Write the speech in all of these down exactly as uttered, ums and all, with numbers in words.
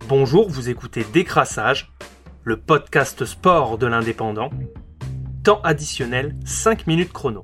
Bonjour, vous écoutez Décrassage, le podcast sport de l'Indépendant. Temps additionnel, cinq minutes chrono.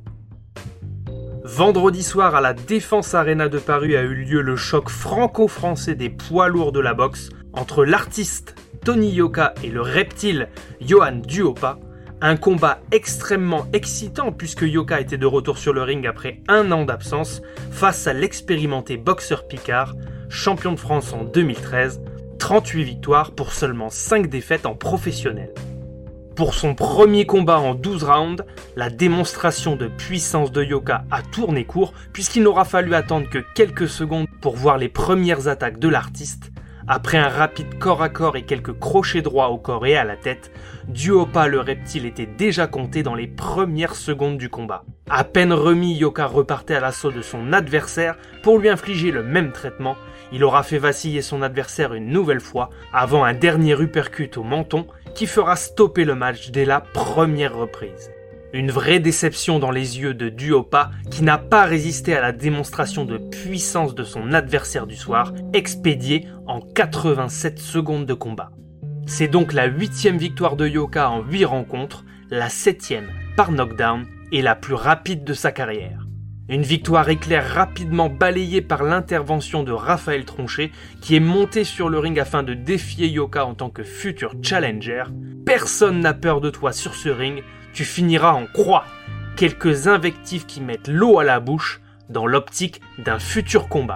Vendredi soir à la Défense Arena de Paris a eu lieu le choc franco-français des poids lourds de la boxe entre l'artiste Tony Yoka et le reptile Yohan Duhaupas. Un combat extrêmement excitant puisque Yoka était de retour sur le ring après un an d'absence face à l'expérimenté boxeur Picard, champion de France en deux mille treize, trente-huit victoires pour seulement cinq défaites en professionnel. Pour son premier combat en douze rounds, la démonstration de puissance de Yoka a tourné court puisqu'il n'aura fallu attendre que quelques secondes pour voir les premières attaques de l'artiste. Après un rapide corps à corps et quelques crochets droits au corps et à la tête, Duhaupas le reptile était déjà compté dans les premières secondes du combat. À peine remis, Yoka repartait à l'assaut de son adversaire pour lui infliger le même traitement. Il aura fait vaciller son adversaire une nouvelle fois avant un dernier uppercut au menton qui fera stopper le match dès la première reprise. Une vraie déception dans les yeux de Duhaupas qui n'a pas résisté à la démonstration de puissance de son adversaire du soir, expédié en quatre-vingt-sept secondes de combat. C'est donc la huitième victoire de Yoka en huit rencontres, la septième par knockdown et la plus rapide de sa carrière. Une victoire éclair rapidement balayée par l'intervention de Raphaël Tronchet qui est monté sur le ring afin de défier Yoka en tant que futur challenger. Personne n'a peur de toi sur ce ring, tu finiras en croix. Quelques invectives qui mettent l'eau à la bouche dans l'optique d'un futur combat.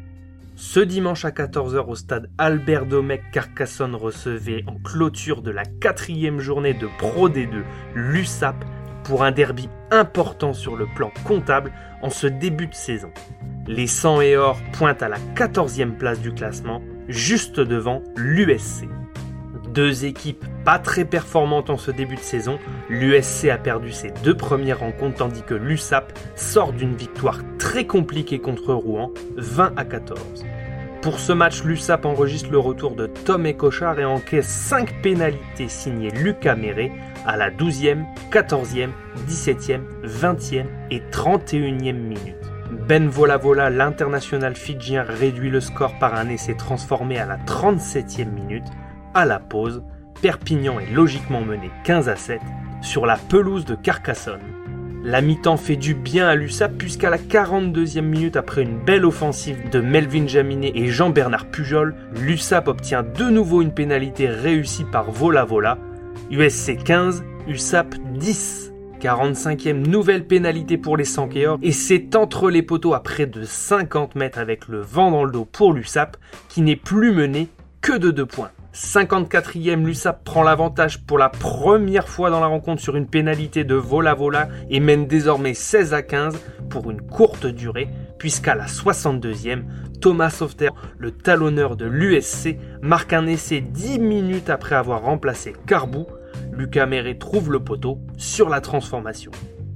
Ce dimanche à quatorze heures au stade Albert Domecq, Carcassonne recevait en clôture de la quatrième journée de Pro D deux l'U S A P pour un derby important sur le plan comptable en ce début de saison. Les sang et or pointent à la quatorzième place du classement, juste devant l'U S C. Deux équipes pas très performantes en ce début de saison, l'U S C a perdu ses deux premières rencontres tandis que l'U S A P sort d'une victoire très compliquée contre Rouen, vingt à quatorze. Pour ce match, l'U S A P enregistre le retour de Tom Ecochard et encaisse cinq pénalités signées Lucas Méré à la douzième, quatorzième, dix-septième, vingtième et trente et unième minute. Ben Volavola, l'international fidjien, réduit le score par un essai transformé à la trente-septième minute. À la pause, Perpignan est logiquement mené quinze à sept sur la pelouse de Carcassonne. La mi-temps fait du bien à l'U S A P puisqu'à la quarante-deuxième minute, après une belle offensive de Melvin Jaminet et Jean-Bernard Pujol, l'U S A P obtient de nouveau une pénalité réussie par Volavola. U S C quinze, U S A P dix. quarante-cinquième nouvelle pénalité pour les Sankéors et c'est entre les poteaux à près de cinquante mètres avec le vent dans le dos pour l'U S A P qui n'est plus mené que de deux points. cinquante-quatrième, l'U S A P prend l'avantage pour la première fois dans la rencontre sur une pénalité de Volavola et mène désormais seize à quinze pour une courte durée, puisqu'à la soixante-deuxième, Thomas Sauveter, le talonneur de l'U S C, marque un essai dix minutes après avoir remplacé Carbou. Lucas Méré trouve le poteau sur la transformation.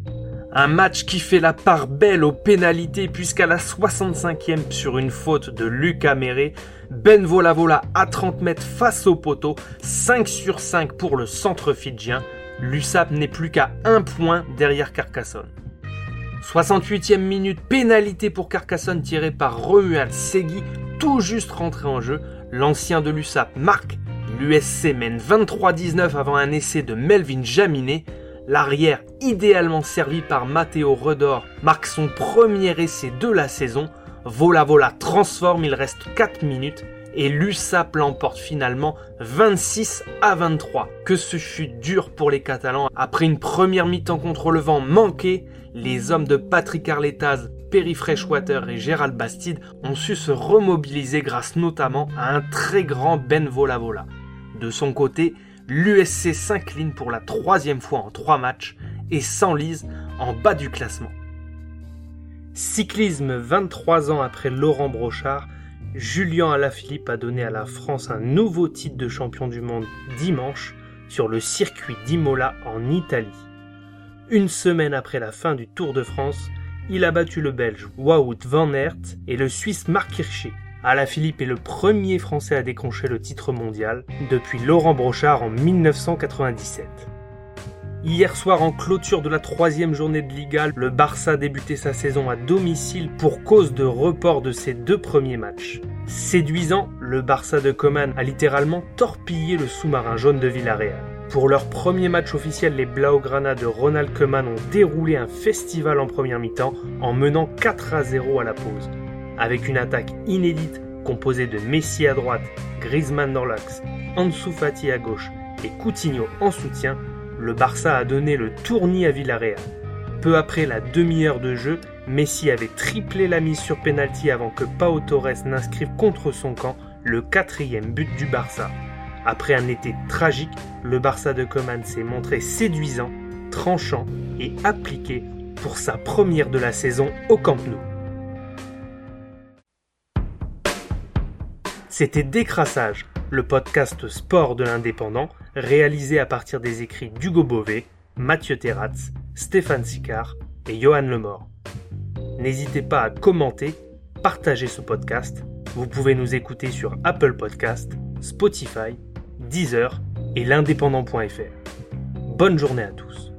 Un match qui fait la part belle aux pénalités puisqu'à la soixante-cinquième, sur une faute de Lucas Méré, Ben Volavola à trente mètres face au poteau, cinq sur cinq pour le centre fidjien. L'U S A P n'est plus qu'à un point derrière Carcassonne. soixante-huitième minute, pénalité pour Carcassonne tirée par Romuald Segui, tout juste rentré en jeu. L'ancien de l'U S A P marque. L'U S C mène vingt-trois à dix-neuf avant un essai de Melvin Jaminet. L'arrière, idéalement servi par Matteo Redor, marque son premier essai de la saison. Volavola transforme, il reste quatre minutes et l'U S A P l'emporte finalement vingt-six à vingt-trois. Que ce fut dur pour les Catalans. Après une première mi-temps contre le vent manquée, les hommes de Patrick Arletaz, Perry Freshwater et Gérald Bastide ont su se remobiliser grâce notamment à un très grand Ben Volavola. De son côté, l'U S C s'incline pour la troisième fois en trois matchs et s'enlise en bas du classement. Cyclisme, vingt-trois ans après Laurent Brochard, Julian Alaphilippe a donné à la France un nouveau titre de champion du monde dimanche sur le circuit d'Imola en Italie. Une semaine après la fin du Tour de France, il a battu le Belge Wout van Aert et le Suisse Marc Hirschi. Alaphilippe est le premier Français à décrocher le titre mondial depuis Laurent Brochard en dix-neuf cent quatre-vingt-dix-sept. Hier soir, en clôture de la troisième journée de Liga, le Barça débutait sa saison à domicile pour cause de report de ses deux premiers matchs. Séduisant, le Barça de Koeman a littéralement torpillé le sous-marin jaune de Villarreal. Pour leur premier match officiel, les Blaugrana de Ronald Koeman ont déroulé un festival en première mi-temps en menant quatre à zéro à la pause. Avec une attaque inédite composée de Messi à droite, Griezmann dans l'axe, Ansu Fati à gauche et Coutinho en soutien, le Barça a donné le tournis à Villarreal. Peu après la demi-heure de jeu, Messi avait triplé la mise sur pénalty avant que Pau Torres n'inscrive contre son camp le quatrième but du Barça. Après un été tragique, le Barça de Koeman s'est montré séduisant, tranchant et appliqué pour sa première de la saison au Camp Nou. C'était Décrassage, le podcast sport de l'Indépendant, réalisé à partir des écrits d'Hugo Beauvais, Mathieu Terratz, Stéphane Sicard et Johan Lemort. N'hésitez pas à commenter, partager ce podcast. Vous pouvez nous écouter sur Apple Podcast, Spotify, Deezer et l'indépendant point f r. Bonne journée à tous.